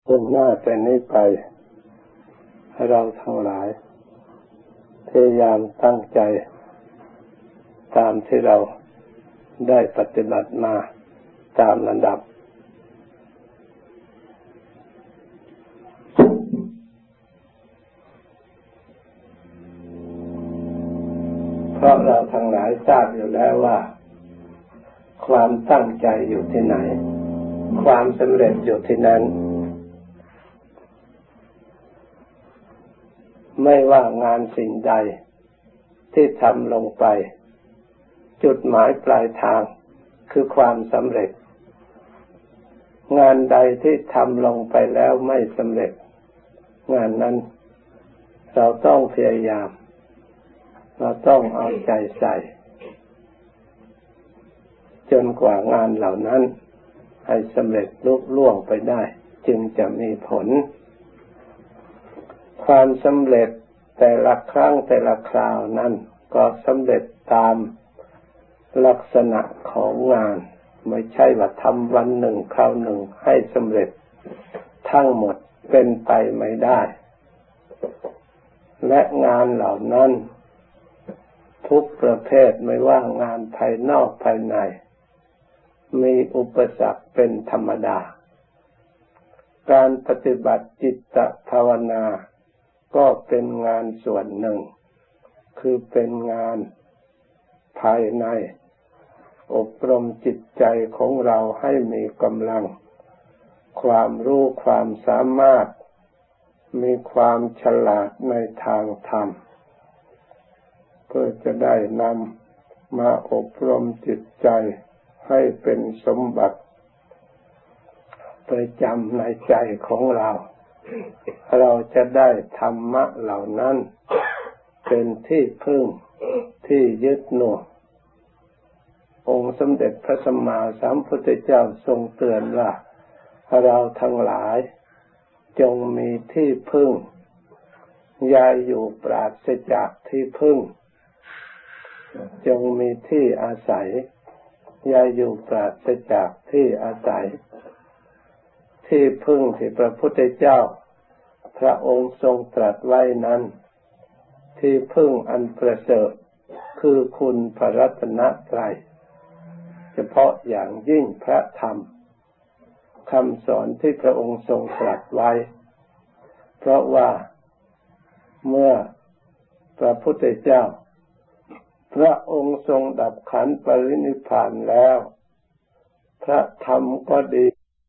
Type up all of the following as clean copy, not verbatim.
เบื้องหน้าแต่นี้ไปให้เราทั้งหลายพยายามตั้งใจตามที่เราได้ปฏิบัติมาตามลำดับเพราะเราทั้งหลายทราบอยู่แล้วว่าความตั้งใจอยู่ที่ไหนความสำเร็จอยู่ที่นั้นไม่ว่างานสิ่งใดที่ทำลงไปจุดหมายปลายทางคือความสำเร็จงานใดที่ทำลงไปแล้วไม่สำเร็จงานนั้นเราต้องพยายามเราต้องเอาใจใส่จนกว่างานเหล่านั้นให้สำเร็จลุล่วงไปได้จึงจะมีผลความสำเร็จแต่ละครั้งแต่ละคราวนั้นก็สำเร็จตามลักษณะของงานไม่ใช่ว่าทำวันหนึ่งคราวหนึ่งให้สำเร็จทั้งหมดเป็นไปไม่ได้และงานเหล่านั้นทุกประเภทไม่ว่างานภายนอกภายในมีอุปสรรคเป็นธรรมดาการปฏิบัติจิตภาวนาก็เป็นงานส่วนหนึ่งคือเป็นงานภายในอบรมจิตใจของเราให้มีกำลังความรู้ความสามารถมีความฉลาดในทางธรรมเพื่อจะได้นำมาอบรมจิตใจให้เป็นสมบัติประจำในใจของเราเราจะได้ธรรมะเหล่านั้นเป็นที่พึ่งที่ยึดหน่วงองค์สมเด็จพระสัมมาสัมพุทธเจ้าทรงเตือนว่าเราทั้งหลายจงมีที่พึ่งอย่าอยู่ปราศจากที่พึ่งจงมีที่อาศัยอย่าอยู่ปราศจากที่อาศัยที่พึ่งที่พระพุทธเจ้าพระองค์ทรงตรัสไว้นั้นที่พึ่งอันประเสริฐคือคุณพระรัตนตรัยเฉพาะอย่างยิ่งพระธรรมคำสอนที่พระองค์ทรงตรัสไว้เพราะว่าเมื่อพระพุทธเจ้าพระองค์ทรงดับขันธ์ปรินิพพานแล้วพระธรรมก็ดี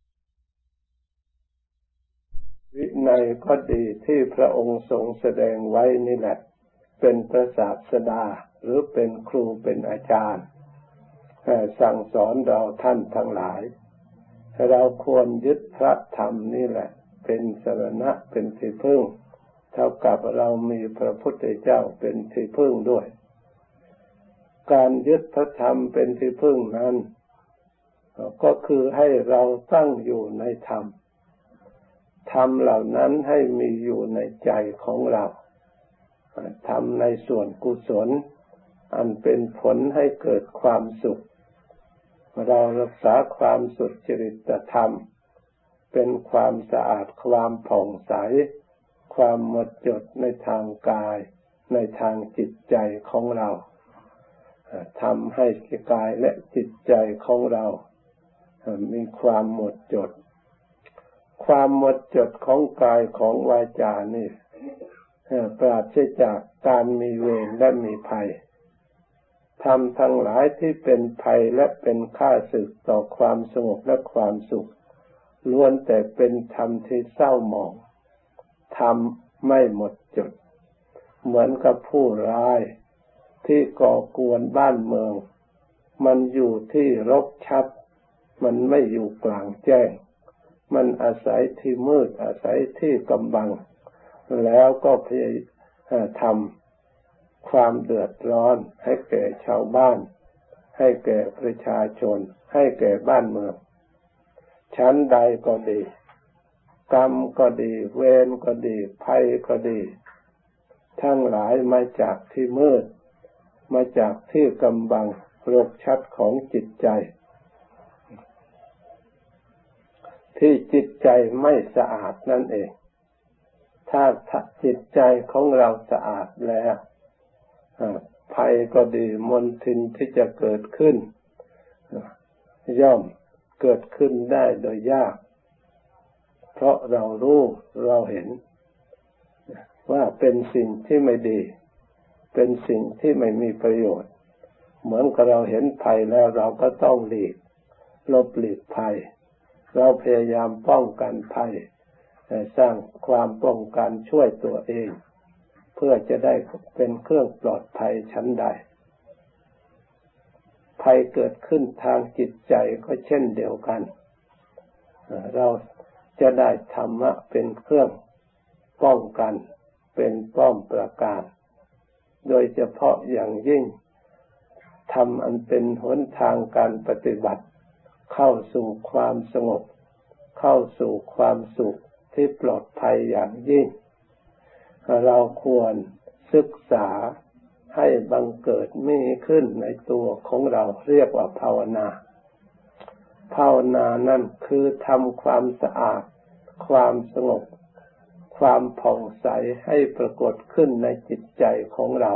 วินัยก็ดีที่พระองค์ทรงแสดงไว้นี่แหละเป็นพระศาสดาหรือเป็นครูเป็นอาจารย์สั่งสอนเราท่านทั้งหลายเราควรยึดพระธรรมนี่แหละเป็นสรณะเป็นที่พึ่งเท่ากับเรามีพระพุทธเจ้าเป็นที่พึ่งด้วยการยึดพระธรรมเป็นที่พึ่งนั้นก็คือให้เราตั้งอยู่ในธรรมธรรมเหล่านั้นให้มีอยู่ในใจของเราทำในส่วนกุศลอันเป็นผลให้เกิดความสุขเรารักษาความสุจริตธรรมเป็นความสะอาดความผ่องใสความหมดจดในทางกายในทางจิตใจของเราทำให้กายและจิตใจของเรามีความหมดจดความหมดจดของกายของวาจานี่ปราศจากการมีเวรและมีภัยธรรมทั้งหลายที่เป็นภัยและเป็นข้าศึกต่อความสงบและความสุขล้วนแต่เป็นธรรมที่เศร้าหมองธรรมไม่หมดจดเหมือนกับผู้ร้ายที่ก่อกวนบ้านเมืองมันอยู่ที่รกชัดมันไม่อยู่กลางแจ้งมันอาศัยที่มืดอาศัยที่กำบังแล้วก็พยายามทำความเดือดร้อนให้แก่ชาวบ้านให้แก่ประชาชนให้แก่บ้านเมืองชั้นใดก็ดีกรรมก็ดีเวรก็ดีภัยก็ดีทั้งหลายมาจากที่มืดมาจากที่กำบังรกชัดของจิตใจที่จิตใจไม่สะอาดนั่นเองถ้าจิตใจของเราสะอาดแล้วภัยก็ดีมลทินที่จะเกิดขึ้นย่อมเกิดขึ้นได้โดยยากเพราะเรารู้เราเห็นว่าเป็นสิ่งที่ไม่ดีเป็นสิ่งที่ไม่มีประโยชน์เหมือนกับเราเห็นภัยแล้วเราก็ต้องหลีกหลบหลีกภัยเราพยายามป้องกันภัยสร้างความป้องกันช่วยตัวเองเพื่อจะได้เป็นเครื่องปลอดภัยชั้นใดภัยเกิดขึ้นทางจิตใจก็เช่นเดียวกันเราจะได้ธรรมะเป็นเครื่องป้องกันเป็นป้อมปราการโดยเฉพาะอย่างยิ่งธรรมอันเป็นหนทางการปฏิบัติเข้าสู่ความสงบเข้าสู่ความสุขที่ปลอดภัยอย่างยิ่งเราควรศึกษาให้บังเกิดมีขึ้นในตัวของเราเรียกว่าภาวนาภาวนานั่นคือทำความสะอาดความสงบความผ่องใสให้ปรากฏขึ้นในจิตใจของเรา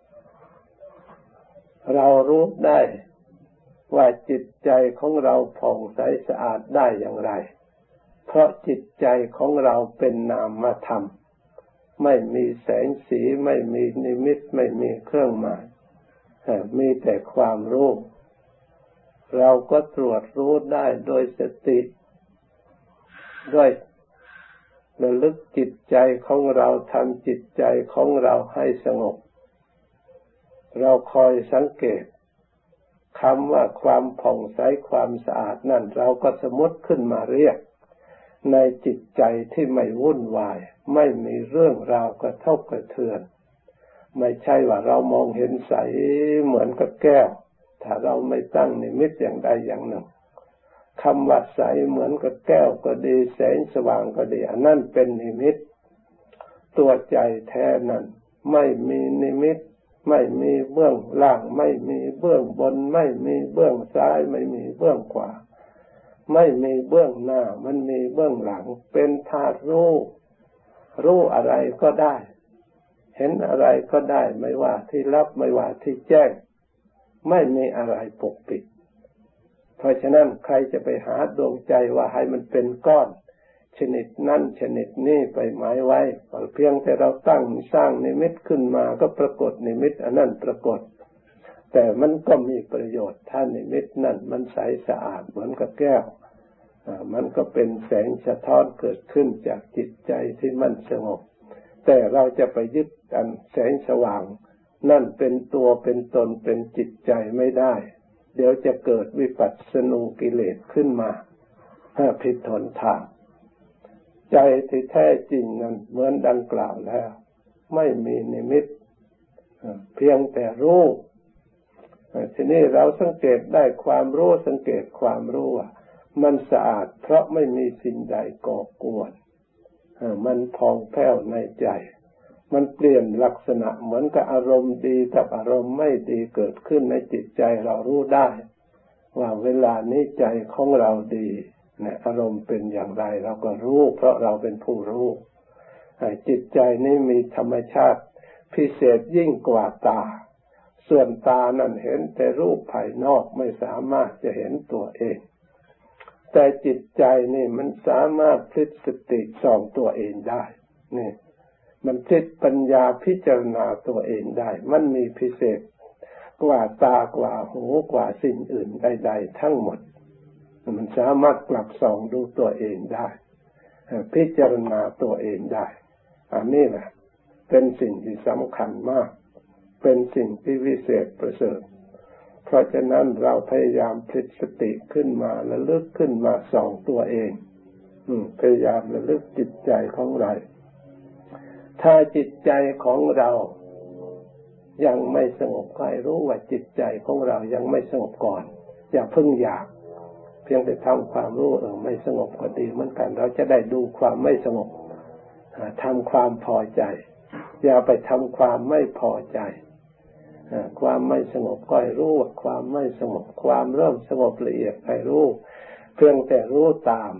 เรารู้ได้ว่าจิตใจของเราผ่องใสสะอาดได้อย่างไรเพราะจิตใจของเราเป็นนามธรรมไม่มีแสงสีไม่มีนิมิตไม่มีเครื่องหมายมีแต่ความรู้เราก็ตรวจรู้ได้โดยสติด้วยระลึกจิตใจของเราทำจิตใจของเราให้สงบเราคอยสังเกตคำว่าความผ่องใสความสะอาดนั่นเราก็สมมติขึ้นมาเรียกในจิตใจที่ไม่วุ่นวายไม่มีเรื่องราวกระทบกระเทือนไม่ใช่ว่าเรามองเห็นใสเหมือนกับแก้วถ้าเราไม่ตั้งนิมิตอย่างใดอย่างหนึ่งคำว่าใสเหมือนกับแก้วก็ดีแสงสว่างก็ดีอันนั้นเป็นนิมิตตัวใจแท้นั้นไม่มีนิมิตไม่มีเบื้องล่างไม่มีเบื้องบนไม่มีเบื้องซ้ายไม่มีเบื้องขวาไม่มีเบื้องหน้ามันมีเบื้องหลังเป็นธาตุรู้อะไรก็ได้เห็นอะไรก็ได้ไม่ว่าที่ลับไม่ว่าที่แจ้งไม่มีอะไรปกปิดเพราะฉะนั้นใครจะไปหาดวงใจว่าให้มันเป็นก้อนชนิดนั้นชนิดนี้ไปหมายไว้เพียงแต่เราตั้งสร้างนิมิตขึ้นมาก็ปรากฏนิมิตอันนั้นปรากฏแต่มันก็มีประโยชน์ถ้านิมิตนั้นมันใสสะอาดเหมือนกับแก้วมันก็เป็นแสงสะท้อนเกิดขึ้นจากจิตใจที่มันสงบแต่เราจะไปยึดอันแสงสว่างนั่นเป็นตัวเป็นตนเป็นจิตใจไม่ได้เดี๋ยวจะเกิดวิปัสสนูกิเลสขึ้นมาผิดหนทางใจที่แท้จริงนั้นเหมือนดังกล่าวแล้วไม่มีนิมิตเพียงแต่รู้ทีนี้เราสังเกตได้ความรู้สังเกตความรู้ว่ามันสะอาดเพราะไม่มีสิ่งใดก่อกวนมันผ่องแผ้วในใจมันเปลี่ยนลักษณะเหมือนกับอารมณ์ดีกับอารมณ์ไม่ดีเกิดขึ้นในจิตใจเรารู้ได้ว่าเวลานี้ใจของเราดีเนี่ยอารมณ์เป็นอย่างไรเราก็รู้เพราะเราเป็นผู้รู้จิตใจนี้มีธรรมชาติพิเศษยิ่งกว่าตาส่วนตานั้นเห็นแต่รูปภายนอกไม่สามารถจะเห็นตัวเองแต่จิตใจนี่มันสามารถพลิกสติส่องตัวเองได้นี่มันพลิกปัญญาพิจารณาตัวเองได้มันมีพิเศษกว่าตากว่าหูกว่าสิ่งอื่นใดๆทั้งหมดมันสามารถกลับส่องดูตัวเองได้พิจารณาตัวเองได้อันนี้แหละเป็นสิ่งที่สำคัญมากเป็นสิ่งที่วิเศษประเสริฐเพราะฉะนั้นเราพยายามพลิกสติขึ้นมาระลึกขึ้นมาส่องตัวเองพยายามระลึกจิตใจของเราถ้าจิตใจของเรายังไม่สงบก็ให้รู้ว่าจิตใจของเรายังไม่สงบก่อนอย่าเพิ่งอยากเพียงแต่ทำความรู้ไม่สงบก็ดีเหมือนกันเราจะได้ดูความไม่สงบทำความพอใจอย่าไปทำความไม่พอใจความไม่สงบก็ให้รู้ว่าความไม่สงบความเริ่มสงบละเอียดให้รู้เพียงแต่รู้ตาม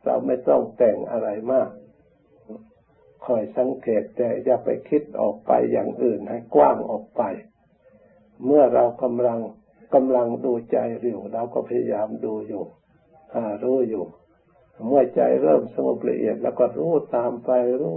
เราไม่ต้องแต่งอะไรมากคอยสังเกตแต่อย่าไปคิดออกไปอย่างอื่นให้กว้างออกไปเมื่อเรากำลังดูใจอยู่เราก็พยายามดูอยู่รู้อยู่เมื่อใจเริ่มสงบละเอียดแล้วก็รู้ตามไป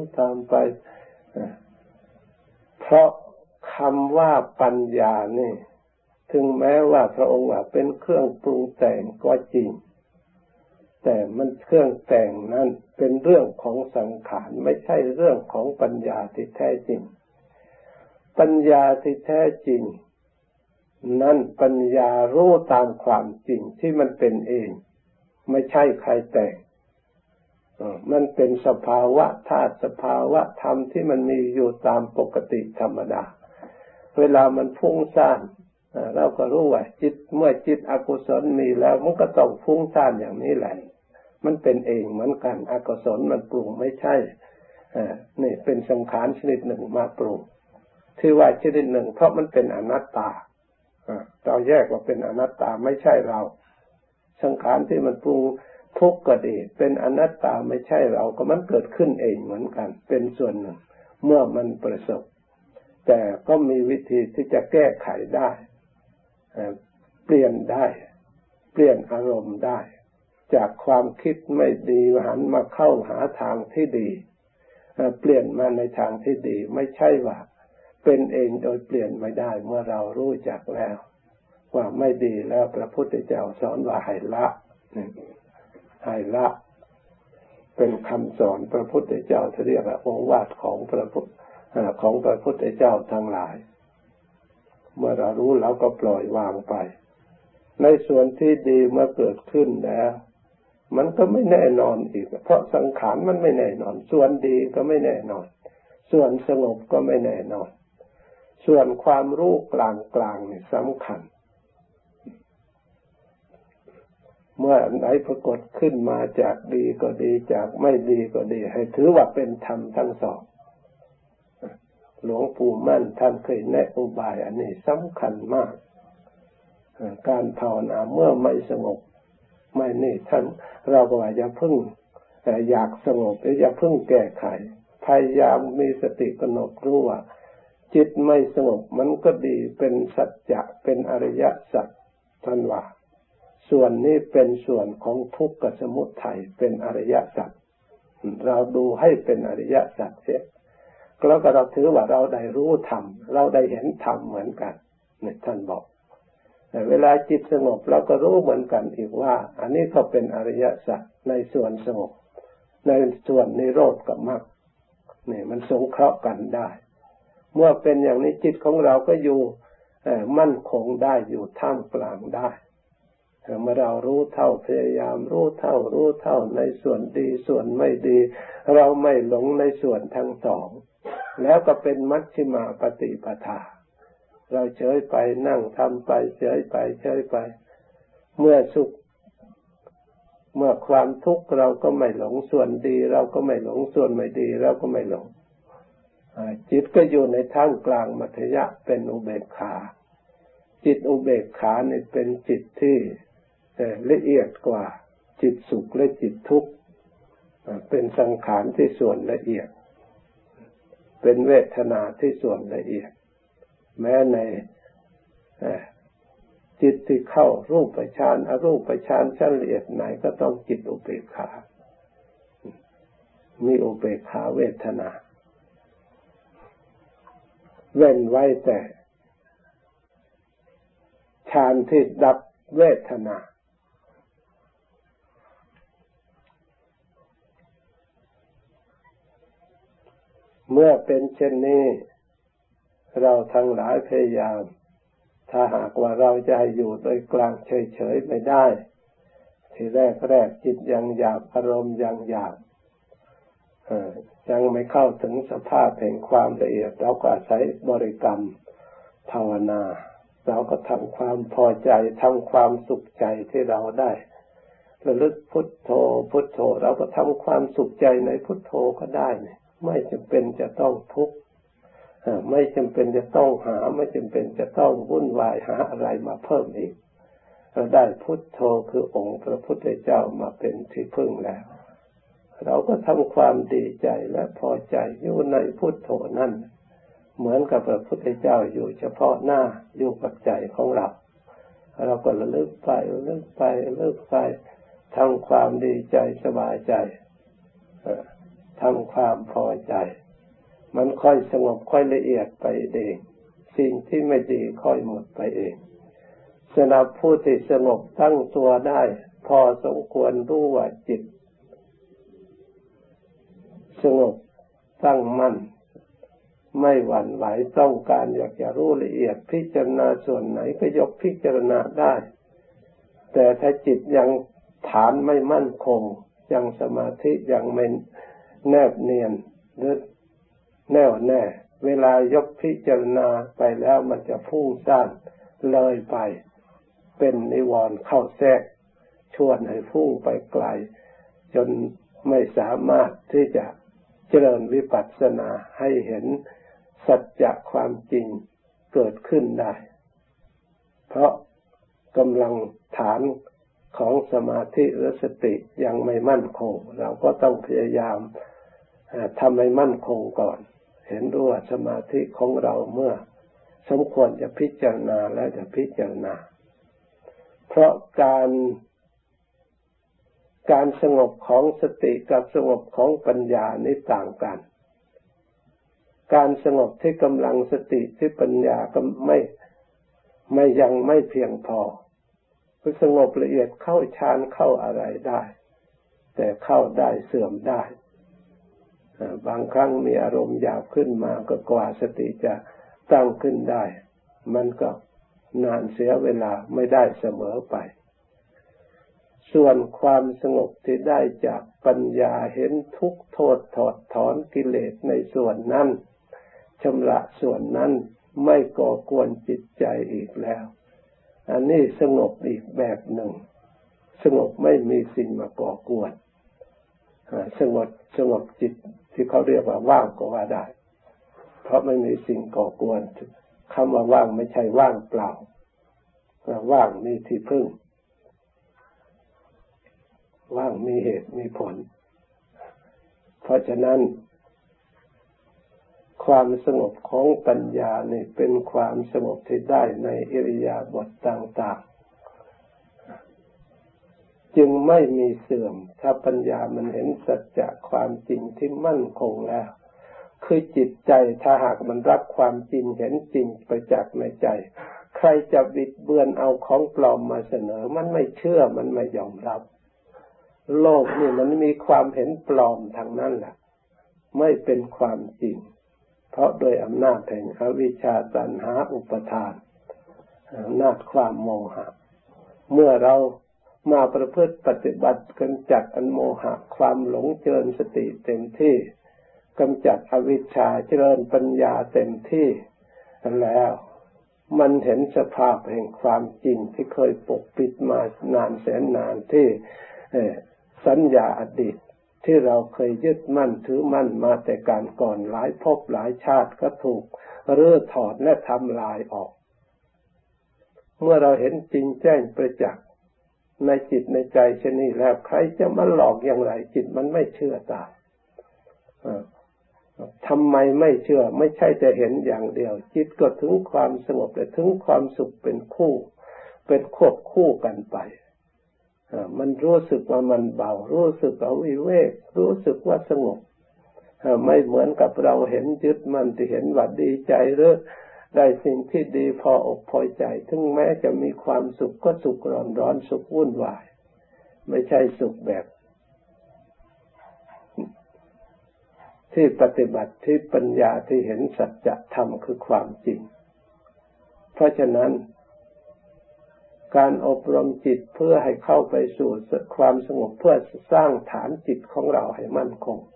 เพราะคำว่าปัญญานี่ถึงแม้ว่าพระองค์ว่าเป็นเครื่องปรุงแต่งก็จริงแต่มันเครื่องแต่งนั้นเป็นเรื่องของสังขารไม่ใช่เรื่องของปัญญาที่แท้จริงปัญญาที่แท้จริงนั่นปัญญารู้ตามความจริงที่มันเป็นเองไม่ใช่ใครแต่งมันเป็นสภาวะธาตุสภาวะธรรมที่มันมีอยู่ตามปกติธรรมดาเวลามันฟุ้งซ่านเราก็รู้ว่าจิตเมื่อจิตอกุศลมีแล้วมันก็ต้องฟุ้งซ่านอย่างนี้แหละมันเป็นเองเหมือนกันอกุศลมันปรุงไม่ใช่นี่เป็นสังขารชนิดหนึ่งมาปรุงที่ว่าชนิดหนึ่งเพราะมันเป็นอนัตตาเราแยกว่าเป็นอนัตตาไม่ใช่เราสังขารที่มันปรุงทุกข์ก็ดีเป็นอนัตตาไม่ใช่เราก็มันเกิดขึ้นเองเหมือนกันเป็นส่วนหนึ่งเมื่อมันประสบแต่ก็มีวิธีที่จะแก้ไขได้เปลี่ยนได้เปลี่ยนอารมณ์ได้จากความคิดไม่ดีหันมาเข้าหาทางที่ดีเปลี่ยนมาในทางที่ดีไม่ใช่ว่าเป็นเองโดยเปลี่ยนไม่ได้เมื่อเรารู้จักแล้วว่าไม่ดีแล้วพระพุทธเจ้าสอนว่าให้ละเป็นคำสอนพระพุทธเจ้าที่เรียกว่าโอวาทของพระพุทธเจ้าทั้งหลายเมื่อเรารู้เราก็ปล่อยวางไปในส่วนที่ดีเมื่อเกิดขึ้นแล้วมันก็ไม่แน่นอนอีกเพราะสังขารมันไม่แน่นอนส่วนดีก็ไม่แน่นอนส่วนสงบก็ไม่แน่นอนส่วนความรู้กลางนี่สำคัญเมื่อไหนปรากฏขึ้นมาจากดีก็ดีจากไม่ดีก็ดีให้ถือว่าเป็นธรรมทั้งสองหลวงปู่มั่นท่านเคยแนะอุบายอันนี้สำคัญมากการภาวนาเมื่อไม่สงบไม่นี่ท่านเราก็ว่าอย่าพึ่งอยากสงบอย่าพึ่งแก้ไขพยายามมีสติกำหนดรู้ว่าจิตไม่สงบมันก็ดีเป็นสัจจะเป็นอริยสัจท่านว่าส่วนนี้เป็นส่วนของทุกข์กับสมุทัยเป็นอริยสัจเราดูให้เป็นอริยสัจเสียแล้วก็เราถือว่าเราได้รู้ธรรมเราได้เห็นธรรมเหมือนกันนี่ท่านบอกแต่เวลาจิตสงบเราก็รู้เหมือนกันอีกว่าอันนี้ก็เป็นอริยสัจในส่วนสงบในส่วนนิโรธกับมรรคนี่มันสงเคราะห์กันได้เมื่อเป็นอย่างนี้จิตของเราก็อยู่มั่นคงได้อยู่ท่ามกลางได้เมื่อเรารู้เท่าพยายามรู้เท่าในส่วนดีส่วนไม่ดีเราไม่หลงในส่วนทั้งสองแล้วก็เป็นมัชฌิมาปฏิปทาเราเฉยไปนั่งทำไปเฉยไปเมื่อสุขเมื่อความทุกข์เราก็ไม่หลงส่วนดีเราก็ไม่หลงส่วนไม่ดีเราก็ไม่หลงจิตก็อยู่ในท่ามกลางมัธยะเป็นอุเบกขาจิตอุเบกขาเนี่ยเป็นจิตที่ละเอียดกว่าจิตสุขและจิตทุกข์เป็นสังขารที่ส่วนละเอียดเป็นเวทนาที่ส่วนละเอียดแม้ในจิตที่เข้ารูปฌานอรูปฌานชั้นละเอียดไหนก็ต้องจิตอุเบกขามีอุเบกขาเวทนาเว้นไว้แต่ฌานที่ดับเวทนาเมื่อเป็นเช่นนี้เราทั้งหลายพยายามถ้าหากว่าเราจะอยู่โดยกลางเฉยๆไม่ได้ทีแรกจิตยังหยาบอารมณ์ยังหยาบยังไม่เข้าถึงสภาพแห่งความละเอียดเราก็อาศัยบริกรรมภาวนาเราก็ทำความพอใจทำความสุขใจที่เราได้ระลึกพุทโธพุทโธเราก็ทำความสุขใจในพุทโธก็ได้ไม่จำเป็นจะต้องทุกข์ไม่จำเป็นจะต้องไม่จำเป็นจะต้องวุ่นวายหาอะไรมาเพิ่มอีกเราได้พุทโธคือองค์พระพุทธเจ้ามาเป็นที่พึ่งแล้วเราก็ทำความดีใจและพอใจอยู่ในพุทโธนั่นเหมือนกับพระพุทธเจ้าอยู่เฉพาะหน้าอยู่กับใจของเราเราก็ระลึกไประลึกไปทำความดีใจสบายใจทำความพอใจมันค่อยสงบค่อยละเอียดไปเองสิ่งที่ไม่ดีค่อยหมดไปเองสำหรับผู้ที่สงบตั้งตัวได้พอสมควรรู้ว่าจิตสงบตั้งมั่นไม่หวั่นไหวต้องการอยากจะรู้ละเอียดพิจารณาส่วนไหนก็ยกพิจารณาได้แต่ถ้าจิตยังฐานไม่มั่นคงยังสมาธิยังไม่แนบเนียนหรือแน่วแน่เวลายกพิจารณาไปแล้วมันจะฟุ้งซ่านเลยไปเป็นนิวรณ์เข้าแทรกชวนให้ฟุ้งไปไกลจนไม่สามารถที่จะเจริญวิปัสสนาให้เห็นสัจจะความจริงเกิดขึ้นได้เพราะกำลังฐานของสมาธิหรือสติยังไม่มั่นคงเราก็ต้องพยายามทำให้มั่นคงก่อนเห็นรู้ว่าสมาธิของเราเมื่อสมควรจะพิจารณาแล้วจะพิจารณาเพราะการสงบของสติกับสงบของปัญญานี่ต่างกันการสงบที่กำลังสติที่ปัญญาก็ไม่ยังไม่เพียงพอสงบละเอียดเข้าฌานเข้าอะไรได้แต่เข้าได้เสื่อมได้บางครั้งมีอารมณ์หยาบขึ้นมาก็กว่าสติจะตั้งขึ้นได้มันก็นานเสียเวลาไม่ได้เสมอไปส่วนความสงบที่ได้จากปัญญาเห็นทุกข์โทษถอดถอนกิเลสในส่วนนั้นชำระส่วนนั้นไม่ก่อกวนจิตใจอีกแล้วอันนี้สงบอีกแบบหนึ่งสงบไม่มีสิ่งมาก่อกวนสงบจิตที่เขาเรียกว่าว่างก็ว่าได้เพราะไม่มีสิ่งก่อกวนคำว่าว่างไม่ใช่ว่างเปล่าว่างมีที่พึ่งว่างมีเหตุมีผลเพราะฉะนั้นความสงบของปัญญานี่เป็นความสงบที่ได้ในอิริยาบถต่างๆจึงไม่มีเสื่อมถ้าปัญญามันเห็นสัจจะความจริงที่มั่นคงแล้วคือจิตใจถ้าหากมันรับความจริงเห็นจริงประจักษ์ในใจใครจะบิดเบือนเอาของปลอมมาเสนอมันไม่เชื่อมันไม่ยอมรับโลกนี่มันมีความเห็นปลอมทางนั้นแหละไม่เป็นความจริงเพราะโดยอำนาจแห่งอวิชชาตัณหาอุปาทานอำนาจความโมหะเมื่อเรามาประพฤติปฏิบัติกำจัดอโมหะความหลงเจริญสติเต็มที่กำจัดอวิชชาเจริญปัญญาเต็มที่แล้วมันเห็นสภาพแห่งความจริงที่เคยปกปิดมานานแสนนานที่สัญญาอดีตที่เราเคยยึดมั่นถือมั่นมาแต่การก่อนหลายภพหลายชาติก็ถูกรื้อถอดและทำลายออกเมื่อเราเห็นจริงแจ้งประจักษ์ในจิตในใจเช่นนี้แล้วใครจะมาหลอกอย่างไรจิตมันไม่เชื่อตามทำไมไม่เชื่อไม่ใช่จะเห็นอย่างเดียวจิตก็ถึงความสงบและถึงความสุขเป็นคู่เป็นควบคู่กันไปมันรู้สึกว่ามันเบารู้สึกว่าวิเวกรู้สึกว่าสงบไม่เหมือนกับเราเห็นยึดมันที่เห็นว่าดีใจหรือได้สิ่งที่ดีพออกพอใจถึงแม้จะมีความสุขก็สุขร้อนสุขวุ่นวายไม่ใช่สุขแบบที่ปฏิบัติที่ปัญญาที่เห็นสัจธรรมคือความจริงเพราะฉะนั้นการอบรมจิตเพื่อให้เข้าไปสู่ความสงบเพื่อสร้างฐานจิตของเราให้มั่นคง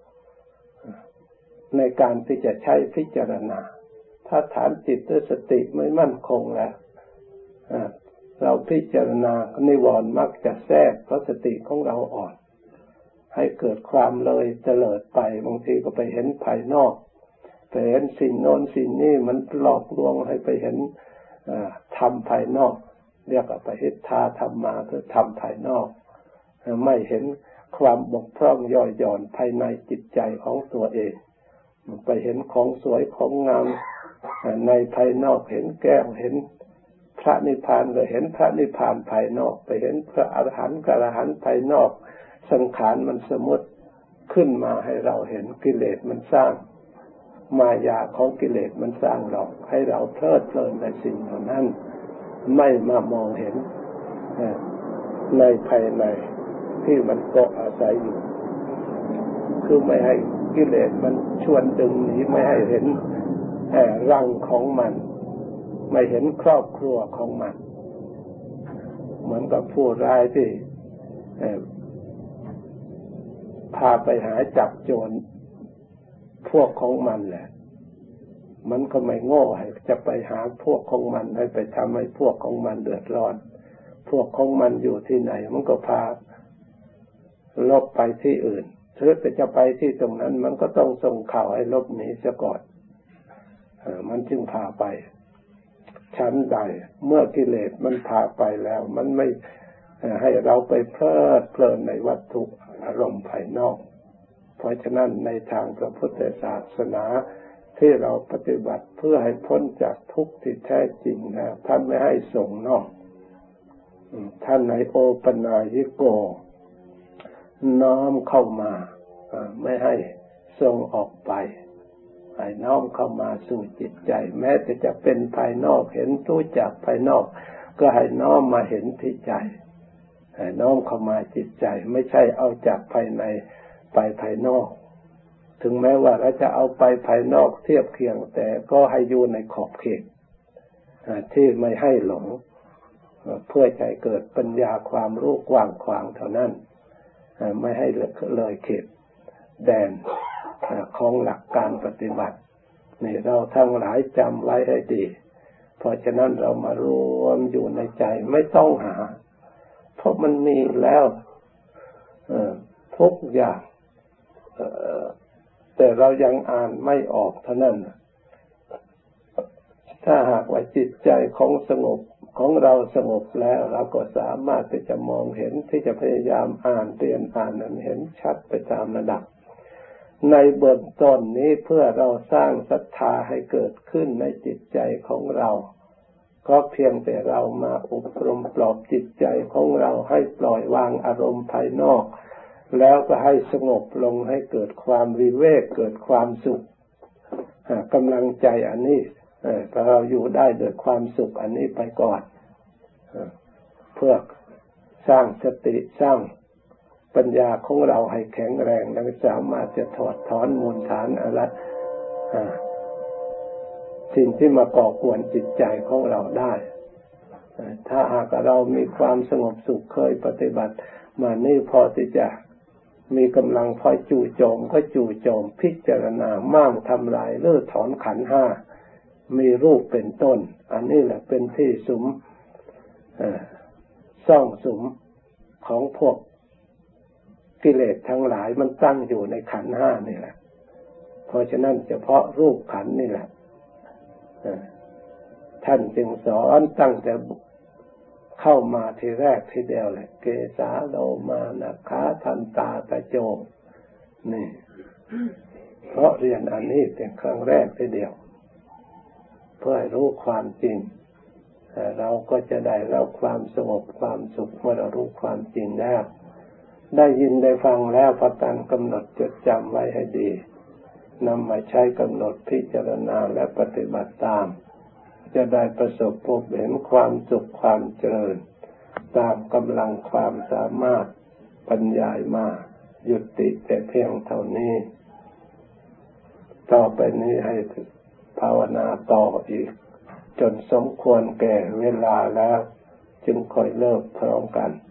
ในการที่จะใช้พิจารณาถ้าฐานจิตด้วยสติไม่มั่นคงแล้วเราพิจารณานิวรณ์มักจะแทรกเพราะสติของเราอ่อนให้เกิดความเลยเตลิดไปบางทีก็ไปเห็นภายนอกไปเห็นสิ่งโน้นสิ่งนี้มันหลอกลวงให้ไปเห็นธรรมภายนอกเรียกว่าไปเห็นธรรมมาคือธรรมภายนอกไม่เห็นความบกพร่องย่อหย่อนภายในจิตใจของตัวเองไปเห็นของสวยของงามในภายนอกเห็นแก้วเห็นพระนิพพานก็เห็นพระนิพพานภายนอกไปเห็นพระอรหันต์กับอรหันต์ภายนอกสังขารมันสมมติขึ้นมาให้เราเห็นกิเลสมันสร้างมายาของกิเลสมันสร้างหลอกให้เราเพลิดเพลินในสิ่งเหล่านั้นไม่มามองเห็นในภายในที่มันเกาะอาศัยอยู่คือไม่ให้กิเลสมันชวนดึงหนีไม่ให้เห็นรังของมันไม่เห็นครอบครัวของมันเหมือนกับผู้ร้ายที่พาไปหาจับโจรพวกของมันแหละมันก็ไม่โง่จะไปหาพวกของมันให้ไปทำให้พวกของมันเดือดร้อนพวกของมันอยู่ที่ไหนมันก็พาลบไปที่อื่นถ้าจะไปที่ตรงนั้นมันก็ต้องส่งข่าวให้ลบหนีซะก่อนมันจึงพาไปชั้นใดเมื่อกิเลสมันพาไปแล้วมันไม่ให้เราไปเพลิดเพลินในวัตถุอารมณ์ภายนอกเพราะฉะนั้นในทางพระพุทธศาสนาที่เราปฏิบัติเพื่อให้พ้นจากทุกข์ที่แท้จริงนะท่านไม่ให้ส่งนอกท่านในโอปนายิโกน้อมเข้ามาไม่ให้ส่งออกไปให้น้อมเข้ามาสู่จิตใจแม้แต่จะเป็นภายนอกเห็นรู้จักภายนอกก็ให้น้อมมาเห็นที่ใจให้น้อมเข้ามาจิตใจไม่ใช่เอาจากภายในไปภายนอกถึงแม้ว่าเราจะเอาไปภายนอกเทียบเคียงแต่ก็ให้อยู่ในขอบเขตที่ไม่ให้หลงเพื่อใจเกิดปัญญาความรู้กว้างขวางเท่านั้นไม่ให้เลยเขตแดนของหลักการปฏิบัตินี่เราทั้งหลายจำไว้ให้ดีเพราะฉะนั้นเรามารวมอยู่ในใจไม่ต้องหาเพราะมันมีแล้วทุกอย่างแต่เรายังอ่านไม่ออกเท่านั้นถ้าหากว่าจิตใจของเราสงบแล้วเราก็สามารถที่จะมองเห็นที่จะพยายามอ่านเรียนอ่านนั้นเห็นชัดไปตามระดับในเบื้องต้นนี้เพื่อเราสร้างศรัทธาให้เกิดขึ้นในจิตใจของเราก็เพียงแต่เรามาอบรมปลอบจิตใจของเราให้ปล่อยวางอารมณ์ภายนอกแล้วก็ให้สงบลงให้เกิดความวิเวกเกิดความสุขกำลังใจอันนี้เราอยู่ได้โดยความสุขอันนี้ไปก่อนเพื่อสร้างสติสร้างปัญญาของเราให้แข็งแรงและสามารถจะถอดถอนมูลฐานอะไรสิ่งที่มาก่อกวนจิตใจของเราได้ถ้าหากเรามีความสงบสุขเคยปฏิบัติมานี่พอที่จะมีกำลังพอจู่โจมก็จู่โจมพิจารณาม่างทำลายเลิกถอนขันธ์ห้ามีรูปเป็นต้นอันนี้แหละเป็นที่สุมซ่องสุมของพวกกิเลสทั้งหลายมันตั้งอยู่ในขันธ์ห้านี่แหละเพราะฉะนั้นเฉพาะรูปขันธ์นี่แหละท่านจึงสอนตั้งแต่เข้ามาทีแรกทีเดียวแหละเกสาโลมานะขาทันตาตะโจนี่เพราะเรียนอันนี้เป็นครั้งแรกทีเดียวเพื่อให้รู้ความจริงเราก็จะได้รับความสงบความสุขเมื่อเรารู้ความจริงแล้วได้ยินได้ฟังแล้วพากันกำหนดจดจำไว้ให้ดีนำมาใช้กำหนดพิจารณาและปฏิบัติตามจะได้ประสบพบเห็นความสุขความเจริญตามกำลังความสามารถบรรยายมายุติแต่เพียงเท่านี้ต่อไปนี้ให้ภาวนาต่ออีกจนสมควรแก่เวลาแล้วจึงค่อยเลิกพร้อมกัน